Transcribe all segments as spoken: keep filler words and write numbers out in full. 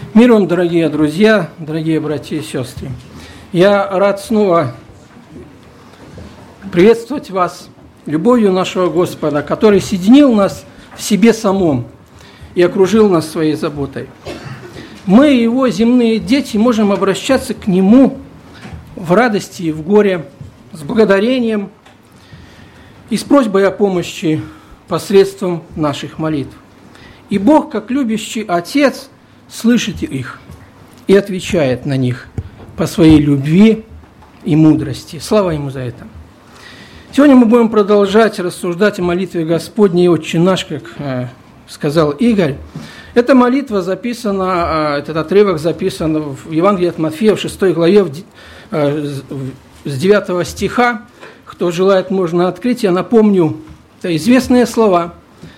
Мир вам, дорогие друзья, дорогие братья и сестры. Я рад снова приветствовать вас любовью нашего Господа, который соединил нас в себе самом и окружил нас своей заботой. Мы, Его земные дети, можем обращаться к Нему в радости и в горе, с благодарением и с просьбой о помощи посредством наших молитв. И Бог, как любящий Отец, слышит их и отвечает на них по своей любви и мудрости. Слава Ему за это. Сегодня мы будем продолжать рассуждать о молитве Господней «Отче наш», как э, сказал Игорь. Эта молитва записана, э, этот отрывок записан в Евангелии от Матфея, в шестой главе, в, э, с девятого стиха. Кто желает, можно открыть. Я напомню, это известные слова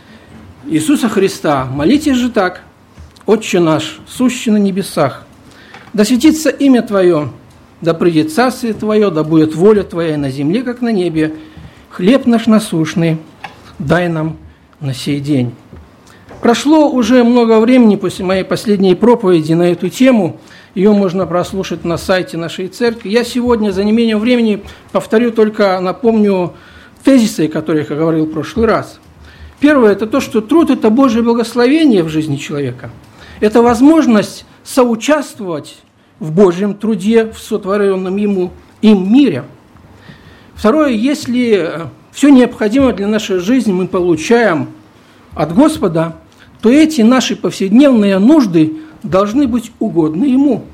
Иисуса Христа. «Молитесь же так: Отче наш, сущий на небесах, да светится имя Твое, да придет царствие Твое, да будет воля Твоя на земле, как на небе. Хлеб наш насущный дай нам на сей день». Прошло уже много времени после моей последней проповеди на эту тему. Ее можно прослушать на сайте нашей церкви. Я сегодня за неимением времени повторю, только напомню тезисы, о которых я говорил в прошлый раз. Первое – это то, что труд – это Божье благословение в жизни человека. Это возможность соучаствовать в Божьем труде, в сотворенном ему им мире. Второе, если все необходимое для нашей жизни мы получаем от Господа, то эти наши повседневные нужды должны быть угодны Ему.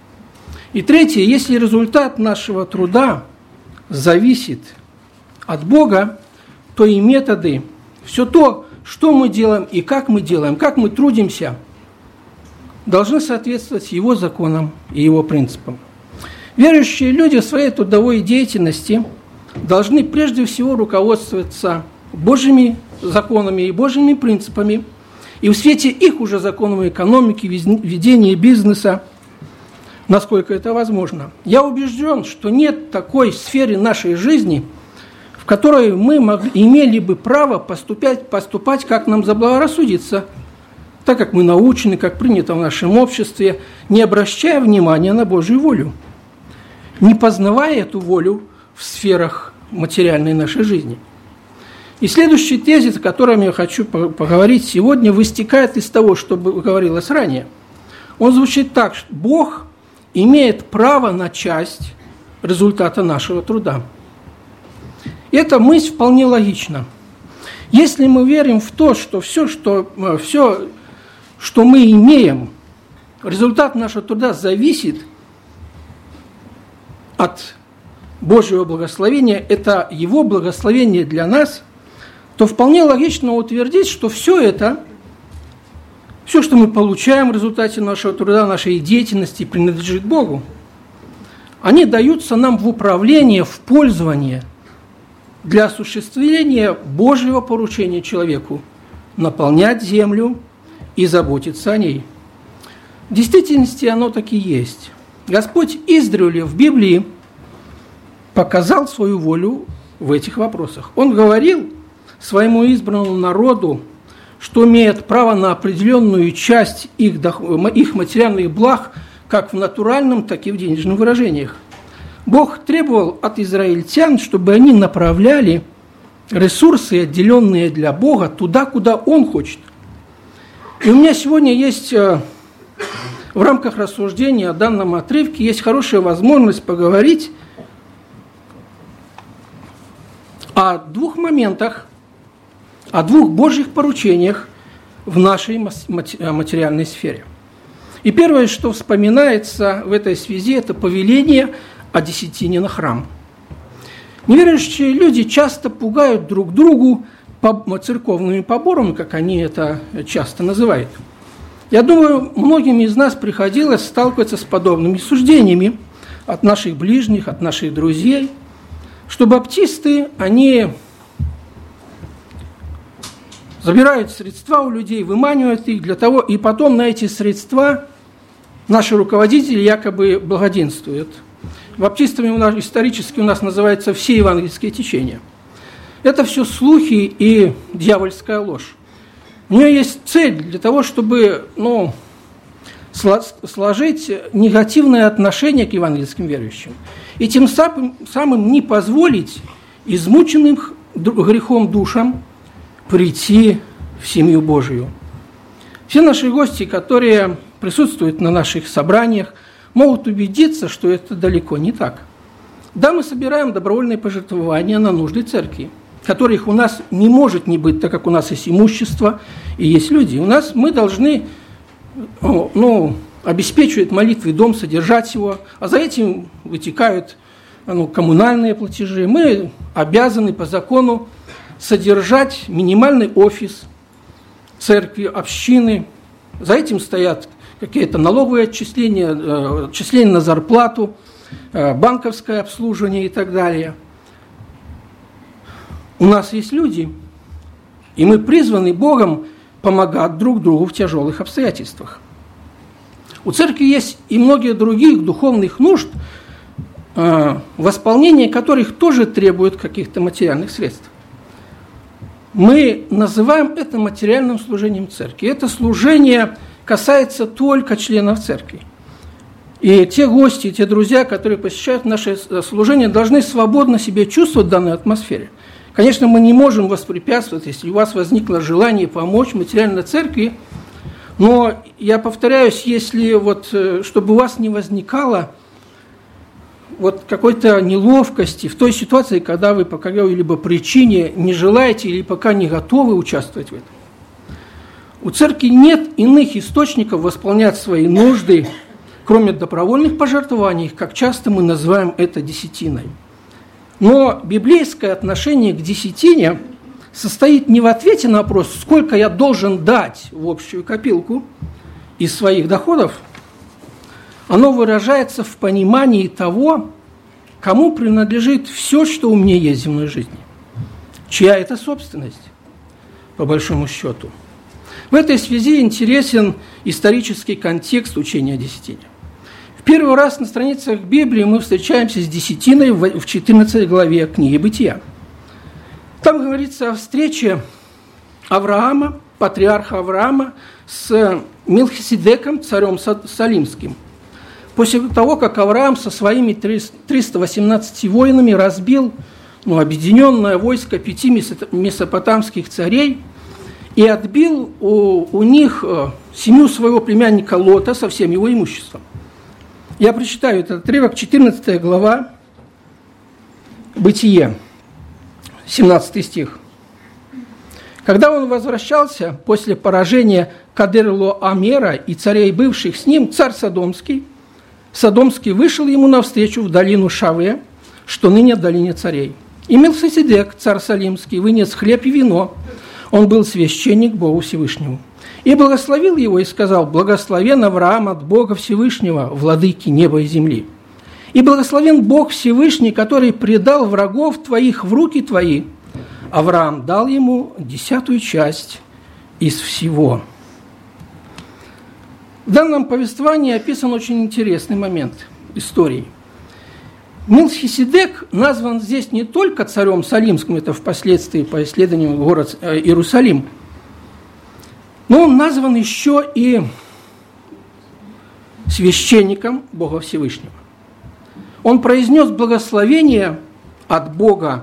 И третье, если результат нашего труда зависит от Бога, то и методы, все то, что мы делаем и как мы делаем, как мы трудимся, должны соответствовать Его законам и Его принципам. Верующие люди в своей трудовой деятельности должны прежде всего руководствоваться Божьими законами и Божьими принципами, и в свете их уже законов экономики, ведения бизнеса, насколько это возможно. Я убежден, что нет такой сферы нашей жизни, в которой мы могли, имели бы право поступать, поступать, как нам заблагорассудится, так как мы научены, как принято в нашем обществе, не обращая внимания на Божью волю, не познавая эту волю в сферах материальной нашей жизни. И следующий тезис, о котором я хочу поговорить сегодня, вытекает из того, что говорилось ранее. Он звучит так, что Бог имеет право на часть результата нашего труда. И эта мысль вполне логична. Если мы верим в то, что все, что, все, что мы имеем, результат нашего труда зависит от Божьего благословения, это Его благословение для нас, то вполне логично утвердить, что все это, все, что мы получаем в результате нашего труда, нашей деятельности, принадлежит Богу. Они даются нам в управление, в пользование для осуществления Божьего поручения человеку – наполнять землю и заботиться о ней. В действительности оно так и есть. Господь издревле в Библии показал свою волю в этих вопросах. Он говорил своему избранному народу, что имеет право на определенную часть их, их материальных благ, как в натуральном, так и в денежных выражениях. Бог требовал от израильтян, чтобы они направляли ресурсы, отделенные для Бога, туда, куда Он хочет. И у меня сегодня есть, в рамках рассуждения о данном отрывке, есть хорошая возможность поговорить о двух моментах, о двух Божьих поручениях в нашей материальной сфере. И первое, что вспоминается в этой связи, это повеление о десятине на храм. Неверующие люди часто пугают друг другу церковными поборами, как они это часто называют. Я думаю, многим из нас приходилось сталкиваться с подобными суждениями от наших ближних, от наших друзей, что баптисты, они забирают средства у людей, выманивают их для того, и потом на эти средства наши руководители якобы благоденствуют. Баптистами у нас, исторически у нас называются все евангельские течения. Это все слухи и дьявольская ложь. У нее есть цель для того, чтобы ну, сложить негативное отношение к евангельским верующим и тем самым, самым не позволить измученным грехом душам прийти в семью Божию. Все наши гости, которые присутствуют на наших собраниях, могут убедиться, что это далеко не так. Да, мы собираем добровольные пожертвования на нужды церкви, которых у нас не может не быть, так как у нас есть имущество и есть люди. У нас мы должны ну, обеспечивать молитвы дом, содержать его, а за этим вытекают ну, коммунальные платежи. Мы обязаны по закону содержать минимальный офис церкви, общины. За этим стоят какие-то налоговые отчисления, отчисления на зарплату, банковское обслуживание и так далее. У нас есть люди, и мы призваны Богом помогать друг другу в тяжелых обстоятельствах. У церкви есть и многие других духовных нужд, восполнение которых тоже требует каких-то материальных средств. Мы называем это материальным служением церкви. Это служение касается только членов церкви. И те гости, те друзья, которые посещают наше служение, должны свободно себя чувствовать в данной атмосфере. Конечно, мы не можем воспрепятствовать, если у вас возникло желание помочь материально церкви, но я повторяюсь, если вот, чтобы у вас не возникало вот какой-то неловкости в той ситуации, когда вы по какой-либо причине не желаете или пока не готовы участвовать в этом. У церкви нет иных источников восполнять свои нужды, кроме добровольных пожертвований, как часто мы называем это десятиной. Но библейское отношение к десятине состоит не в ответе на вопрос, сколько я должен дать в общую копилку из своих доходов, оно выражается в понимании того, кому принадлежит все, что у меня есть в земной жизни. Чья это собственность, по большому счету. В этой связи интересен исторический контекст учения о десятине. В первый раз на страницах Библии мы встречаемся с десятиной в четырнадцатой главе книги Бытия. Там говорится о встрече Авраама, патриарха Авраама, с Мелхиседеком, царем Салимским. После того, как Авраам со своими тремястами восемнадцатью воинами разбил ну, объединенное войско пяти месопотамских царей и отбил у, у них семью своего племянника Лота со всем его имуществом. Я прочитаю этот отрывок, четырнадцатая глава, Бытие, семнадцатый стих. Когда он возвращался после поражения Кедор-лаомера и царей, бывших с ним, царь Содомский, Содомский вышел ему навстречу в долину Шаве, что ныне долине царей. И Мелхиседек, царь Салимский, вынес хлеб и вино. Он был священник Богу Всевышнему. И благословил его и сказал: «Благословен Авраам от Бога Всевышнего, владыки неба и земли. И благословен Бог Всевышний, который предал врагов твоих в руки твои». Авраам дал ему десятую часть из всего. В данном повествовании описан очень интересный момент истории. Мелхиседек назван здесь не только царем Салимским, это впоследствии по исследованию город Иерусалим, но он назван еще и священником Бога Всевышнего. Он произнес благословение от Бога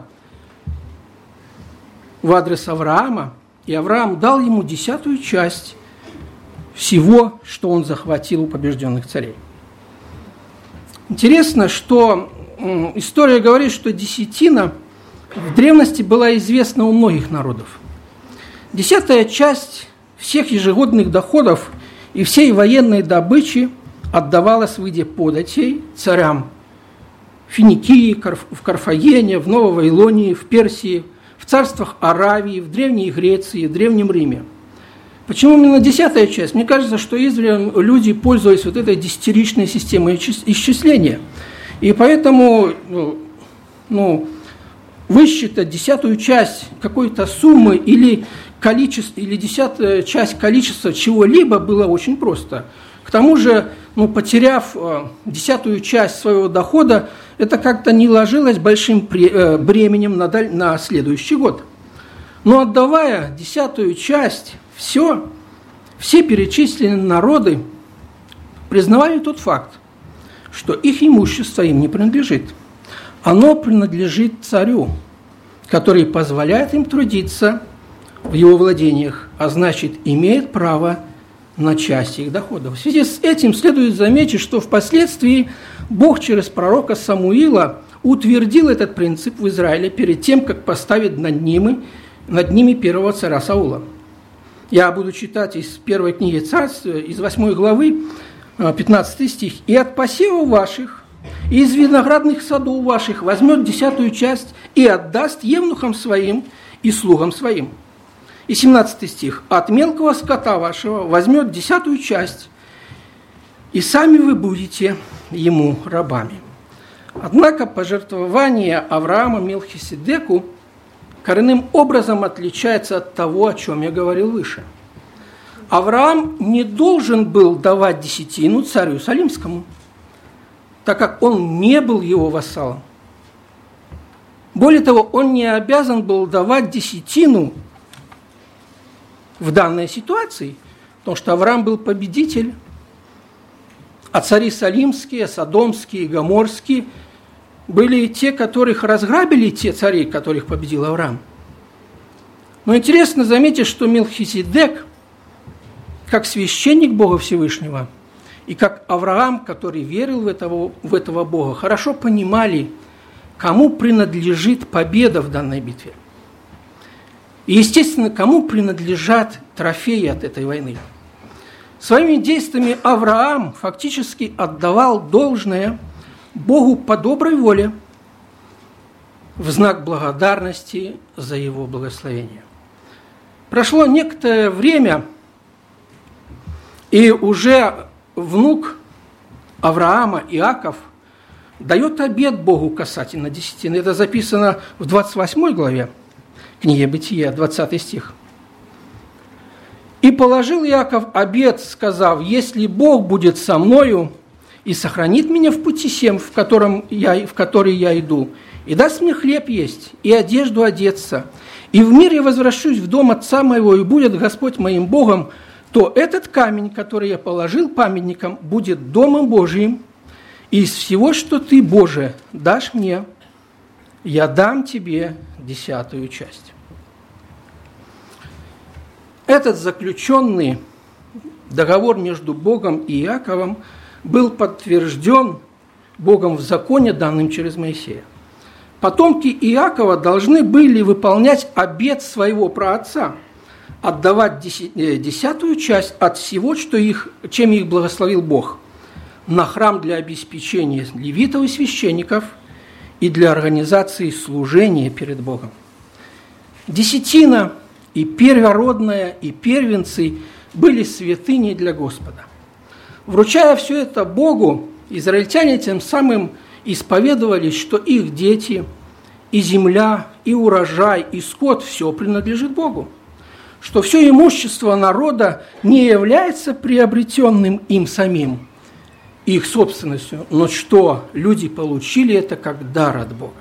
в адрес Авраама, и Авраам дал ему десятую часть всего, что он захватил у побежденных царей. Интересно, что история говорит, что десятина в древности была известна у многих народов. Десятая часть всех ежегодных доходов и всей военной добычи отдавалась в виде податей царям Финикии, в Карфагене, в Новой Вавилонии, в Персии, в царствах Аравии, в Древней Греции, в Древнем Риме. Почему именно десятая часть? Мне кажется, что издревле люди пользовались вот этой десятиричной системой исчисления. И поэтому ну, высчитать десятую часть какой-то суммы или, количество, или десятая часть количества чего-либо было очень просто. К тому же, ну, потеряв десятую часть своего дохода, это как-то не ложилось большим бременем на, на следующий год. Но отдавая десятую часть, все, все перечисленные народы признавали тот факт, что их имущество им не принадлежит. Оно принадлежит царю, который позволяет им трудиться в его владениях, а значит, имеет право на часть их доходов. В связи с этим следует заметить, что впоследствии Бог через пророка Самуила утвердил этот принцип в Израиле перед тем, как поставить над ними, над ними первого царя Саула. Я буду читать из первой книги Царств, из восьмой главы, пятнадцатый стих. «И от посева ваших, и из виноградных садов ваших возьмет десятую часть и отдаст евнухам своим и слугам своим». И семнадцатый стих. «От мелкого скота вашего возьмет десятую часть, и сами вы будете ему рабами». Однако пожертвование Авраама Мелхиседеку коренным образом отличается от того, о чем я говорил выше. Авраам не должен был давать десятину царю Салимскому, так как он не был его вассалом. Более того, он не обязан был давать десятину в данной ситуации, потому что Авраам был победитель, а цари Салимские, Содомские, Гоморские были те, которых разграбили те цари, которых победил Авраам. Но интересно заметить, что Мелхиседек, как священник Бога Всевышнего, и как Авраам, который верил в этого, в этого Бога, хорошо понимали, кому принадлежит победа в данной битве. И, естественно, кому принадлежат трофеи от этой войны. Своими действиями Авраам фактически отдавал должное Богу по доброй воле в знак благодарности за его благословение. Прошло некоторое время, и уже внук Авраама, Иаков, дает обет Богу касательно десятины. Это записано в двадцать восьмой главе книги Бытия, двадцатый стих. «И положил Иаков обет, сказав: если Бог будет со мною и сохранит меня в пути сем, в, котором я, в который я иду, и даст мне хлеб есть, и одежду одеться, и в мир я возвращусь в дом отца моего, и будет Господь моим Богом, то этот камень, который я положил памятником, будет домом Божиим, и из всего, что ты, Боже, дашь мне, я дам тебе десятую часть». Этот заключенный договор между Богом и Иаковом был подтвержден Богом в законе, данным через Моисея. Потомки Иакова должны были выполнять обет своего праотца, отдавать десятую часть от всего, что их, чем их благословил Бог, на храм для обеспечения левитов и священников и для организации служения перед Богом. Десятина и первородная, и первенцы были святыней для Господа. Вручая все это Богу, израильтяне тем самым исповедовали, что их дети, и земля, и урожай, и скот – все принадлежит Богу. Что все имущество народа не является приобретенным им самим, их собственностью, но что люди получили это как дар от Бога.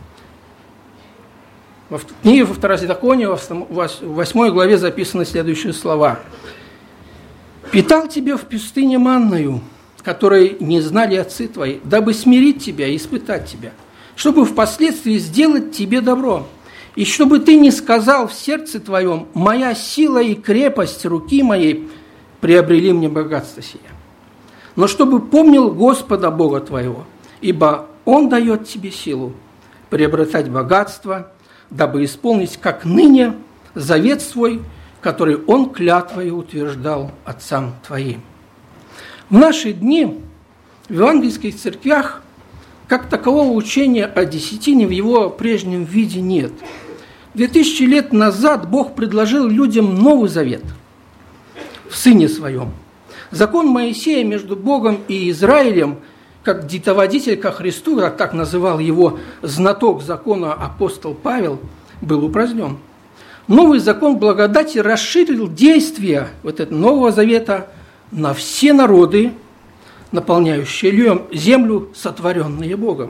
В книге Второзакония, в восьмой главе записаны следующие слова. «Питал тебя в пустыне манною, которой не знали отцы твои, дабы смирить тебя и испытать тебя, чтобы впоследствии сделать тебе добро, и чтобы ты не сказал в сердце твоем: моя сила и крепость руки моей приобрели мне богатство сие. Но чтобы помнил Господа Бога твоего, ибо Он дает тебе силу приобретать богатство, дабы исполнить, как ныне, завет свой, который Он клятвой утверждал отцам твоим». В наши дни в евангельских церквях как такового учения о десятине в его прежнем виде нет. Две тысячи лет назад Бог предложил людям новый завет в Сыне Своем. Закон Моисея между Богом и Израилем, как дитоводитель ко Христу, так называл его знаток закона апостол Павел, был упразднен. Новый закон благодати расширил действие вот этого Нового Завета на все народы, наполняющие землю, сотворенные Богом,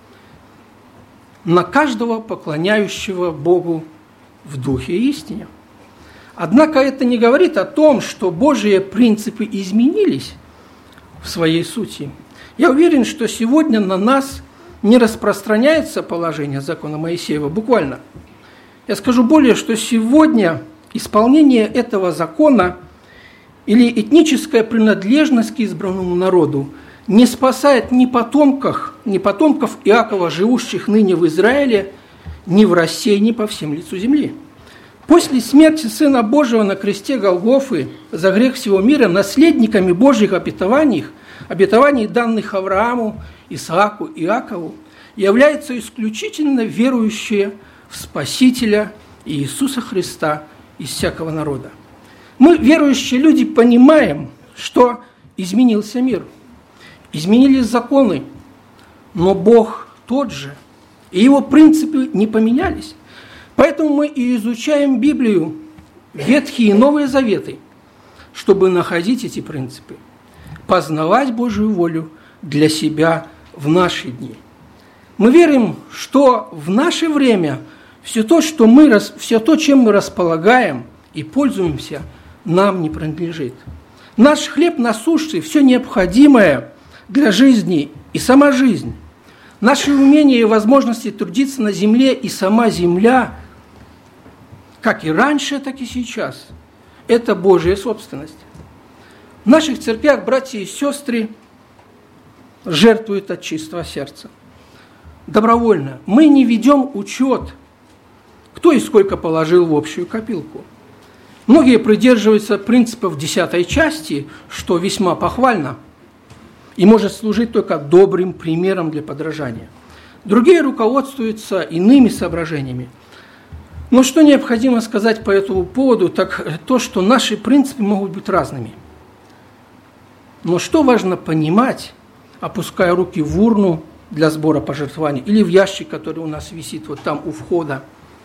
на каждого поклоняющего Богу в духе и истине. Однако это не говорит о том, что Божьи принципы изменились в своей сути. Я уверен, что сегодня на нас не распространяется положение закона Моисеева буквально. Я скажу более, что сегодня исполнение этого закона или этническая принадлежность к избранному народу не спасает ни потомков, ни потомков Иакова, живущих ныне в Израиле, ни в России, ни по всем лицу земли. После смерти Сына Божьего на кресте Голгофы за грех всего мира наследниками Божьих обетований, обетований, данных Аврааму, Исааку и Иакову, являются исключительно верующие в Спасителя Иисуса Христа из всякого народа. Мы, верующие люди, понимаем, что изменился мир, изменились законы, но Бог тот же, и Его принципы не поменялись. Поэтому мы и изучаем Библию, Ветхие и Новые Заветы, чтобы находить эти принципы, познавать Божию волю для себя в наши дни. Мы верим, что в наше время все то, что мы, все то, чем мы располагаем и пользуемся, нам не принадлежит. Наш хлеб насущный, все необходимое для жизни и сама жизнь, наши умения и возможности трудиться на земле и сама земля, как и раньше, так и сейчас, это Божья собственность. В наших церквях братья и сестры жертвуют от чистого сердца. Добровольно. Мы не ведем учет, кто и сколько положил в общую копилку. Многие придерживаются принципов десятой части, что весьма похвально и может служить только добрым примером для подражания. Другие руководствуются иными соображениями. Но что необходимо сказать по этому поводу, так то, что наши принципы могут быть разными. Но что важно понимать, опуская руки в урну для сбора пожертвований или в ящик, который у нас висит вот там у входа,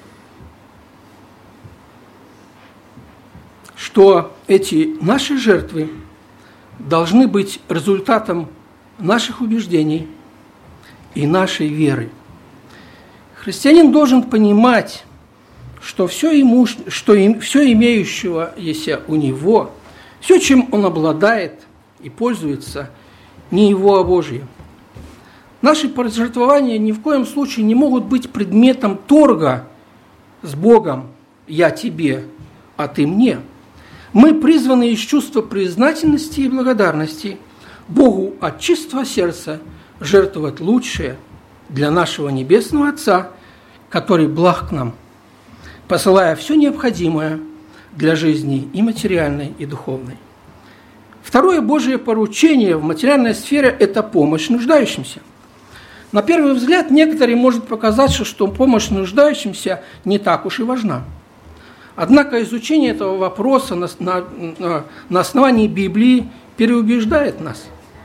что эти наши жертвы должны быть результатом наших убеждений и нашей веры. Христианин должен понимать, что все, ему, что им, все имеющего есть у него, все, чем он обладает и пользуется, не его, а Божье. Наши пожертвования ни в коем случае не могут быть предметом торга с Богом «я тебе, а ты мне». Мы призваны из чувства признательности и благодарности Богу от чистого сердца жертвовать лучшее для нашего Небесного Отца, который благ к нам, посылая все необходимое для жизни и материальной, и духовной. Второе Божие поручение в материальной сфере – это помощь нуждающимся. На первый взгляд некоторым может показаться, что помощь нуждающимся не так уж и важна. Однако изучение этого вопроса на, на, на основании Библии переубеждает нас.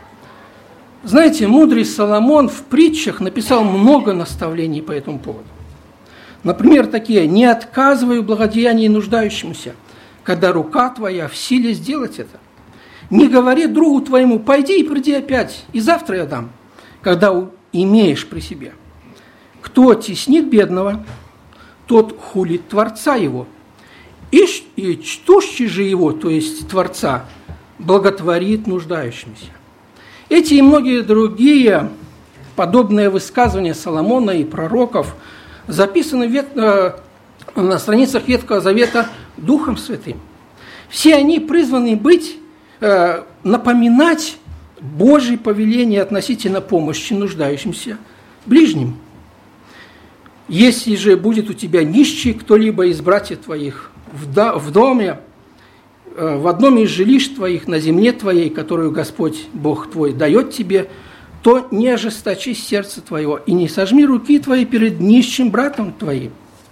Знаете, мудрый Соломон в притчах написал много наставлений по этому поводу. Например, такие: «Не отказывай в благодеянии нуждающемуся, когда рука твоя в силе сделать это. Не говори другу твоему: пойди и приди опять, и завтра я дам, когда имеешь при себе. Кто теснит бедного, тот хулит Творца его, и, и чтущий же его, то есть Творца, благотворит нуждающимся». Эти и многие другие подобные высказывания Соломона и пророков записаны вет... на страницах Ветхого Завета Духом Святым. Все они призваны быть, э, напоминать Божьи повеления относительно помощи нуждающимся ближним. «Если же будет у тебя нищий кто-либо из братьев твоих в доме, в одном из жилищ твоих, на земле твоей, которую Господь Бог твой дает тебе, то не ожесточи сердце твоего и не сожми руки твои перед нищим братом твоим,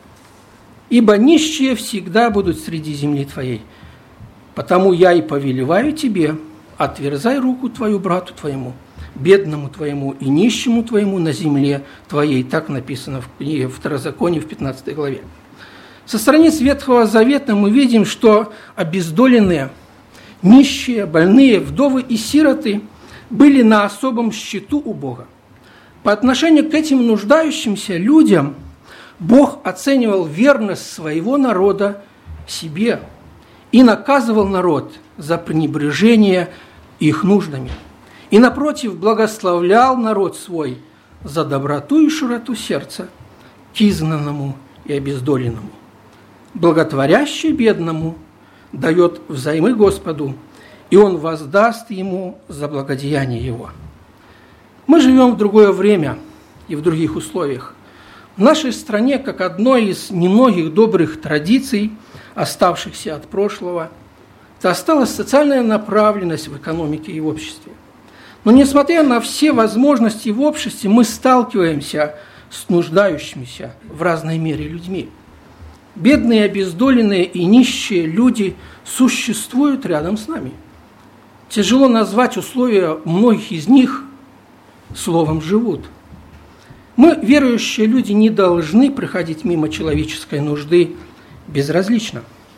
ибо нищие всегда будут среди земли твоей. Потому я и повелеваю тебе: отверзай руку твою брату твоему, бедному твоему и нищему твоему на земле твоей». Так написано в книге Второзаконие в пятнадцатой главе. Со страниц Ветхого Завета мы видим, что обездоленные, нищие, больные, вдовы и сироты были на особом счету у Бога. По отношению к этим нуждающимся людям Бог оценивал верность своего народа себе и наказывал народ за пренебрежение их нуждами. и, напротив, благословлял народ свой за доброту и широту сердца к изгнанному и обездоленному. Благотворящий бедному дает взаймы Господу, и Он воздаст ему за благодеяние его. Мы живем в другое время и в других условиях. В нашей стране, как одной из немногих добрых традиций, оставшихся от прошлого, это осталась социальная направленность в экономике и в обществе. Но несмотря на все возможности в обществе, мы сталкиваемся с нуждающимися в разной мере людьми. Бедные, обездоленные и нищие люди существуют рядом с нами. Тяжело назвать условия многих из них словом «живут». Мы, верующие люди, не должны проходить мимо человеческой нужды безразлично.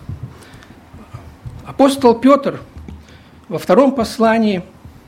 Апостол Петр во втором послании,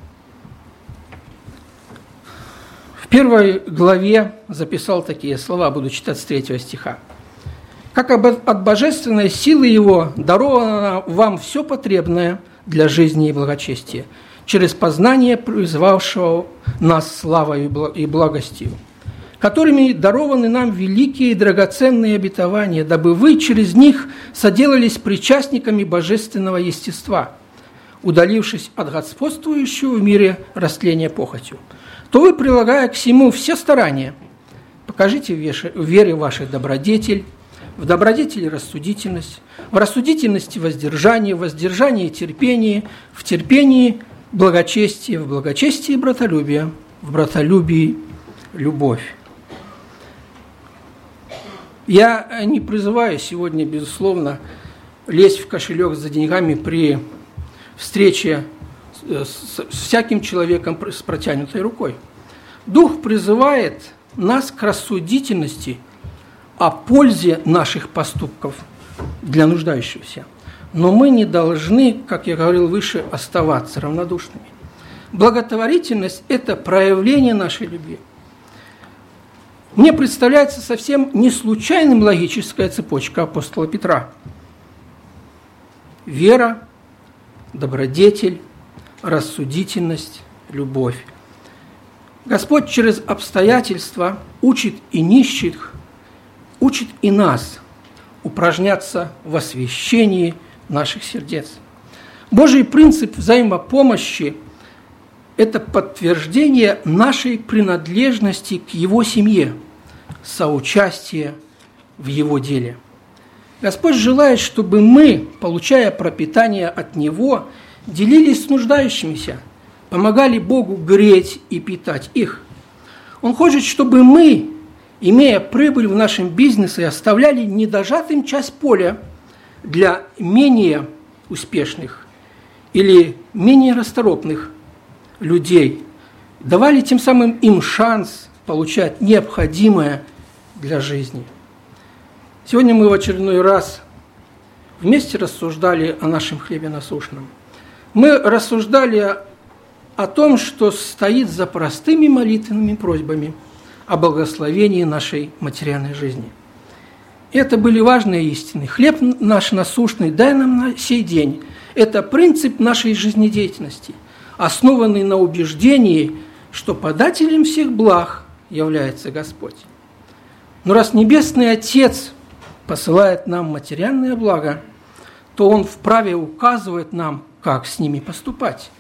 в первой главе записал такие слова, буду читать с третьего стиха. «Как от божественной силы Его даровано вам все потребное для жизни и благочестия, через познание призвавшего нас славою и благостью, которыми дарованы нам великие и драгоценные обетования, дабы вы через них соделались причастниками божественного естества, удалившись от господствующего в мире растления похотью, то вы, прилагая к всему все старания, покажите в вере вашей добродетель, в добродетели рассудительность, в рассудительности воздержание, в воздержании терпение, в терпении благочестие, в благочестии братолюбие, в братолюбии любовь». Я не призываю сегодня, безусловно, лезть в кошелек за деньгами при встрече с всяким человеком с протянутой рукой. Дух призывает нас к рассудительности о пользе наших поступков для нуждающихся. Но мы не должны, как я говорил выше, оставаться равнодушными. Благотворительность – это проявление нашей любви. Мне представляется совсем не случайным логическая цепочка апостола Петра. Вера, добродетель, рассудительность, любовь. Господь через обстоятельства учит и нищих, учит и нас упражняться в освящении наших сердец. Божий принцип взаимопомощи – это подтверждение нашей принадлежности к Его семье, соучастие в Его деле. Господь желает, чтобы мы, получая пропитание от Него, делились с нуждающимися, помогали Богу греть и питать их. Он хочет, чтобы мы, имея прибыль в нашем бизнесе, оставляли недожатым часть поля для менее успешных или менее расторопных людей, давали тем самым им шанс получать необходимое для жизни. Сегодня мы в очередной раз вместе рассуждали о нашем хлебе насущном. Мы рассуждали о том, что стоит за простыми молитвенными просьбами о благословении нашей материальной жизни. Это были важные истины. Хлеб наш насущный дай нам на сей день. Это принцип нашей жизнедеятельности, основанный на убеждении, что подателем всех благ является Господь. Но раз Небесный Отец посылает нам материальное благо, то Он вправе указывать нам, как с ними поступать.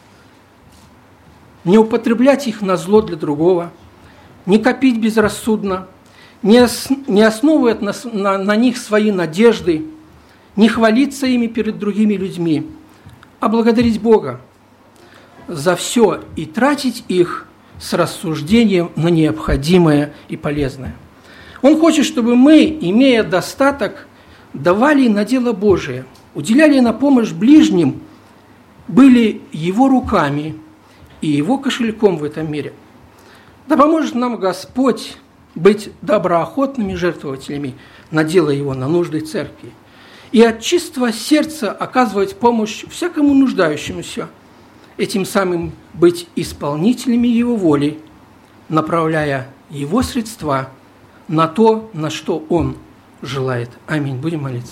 Не употреблять их на зло для другого, не копить безрассудно, не, ос, не основывать на, на, на них свои надежды, не хвалиться ими перед другими людьми, а благодарить Бога за все и тратить их с рассуждением на необходимое и полезное. Он хочет, чтобы мы, имея достаток, давали на дело Божие, уделяли на помощь ближним, были Его руками и Его кошельком в этом мире. Да поможет нам Господь быть доброохотными жертвователями на дело Его, на нужды церкви, и от чистого сердца оказывать помощь всякому нуждающемуся, этим самым быть исполнителями Его воли, направляя Его средства на то, на что Он желает. Аминь. Будем молиться.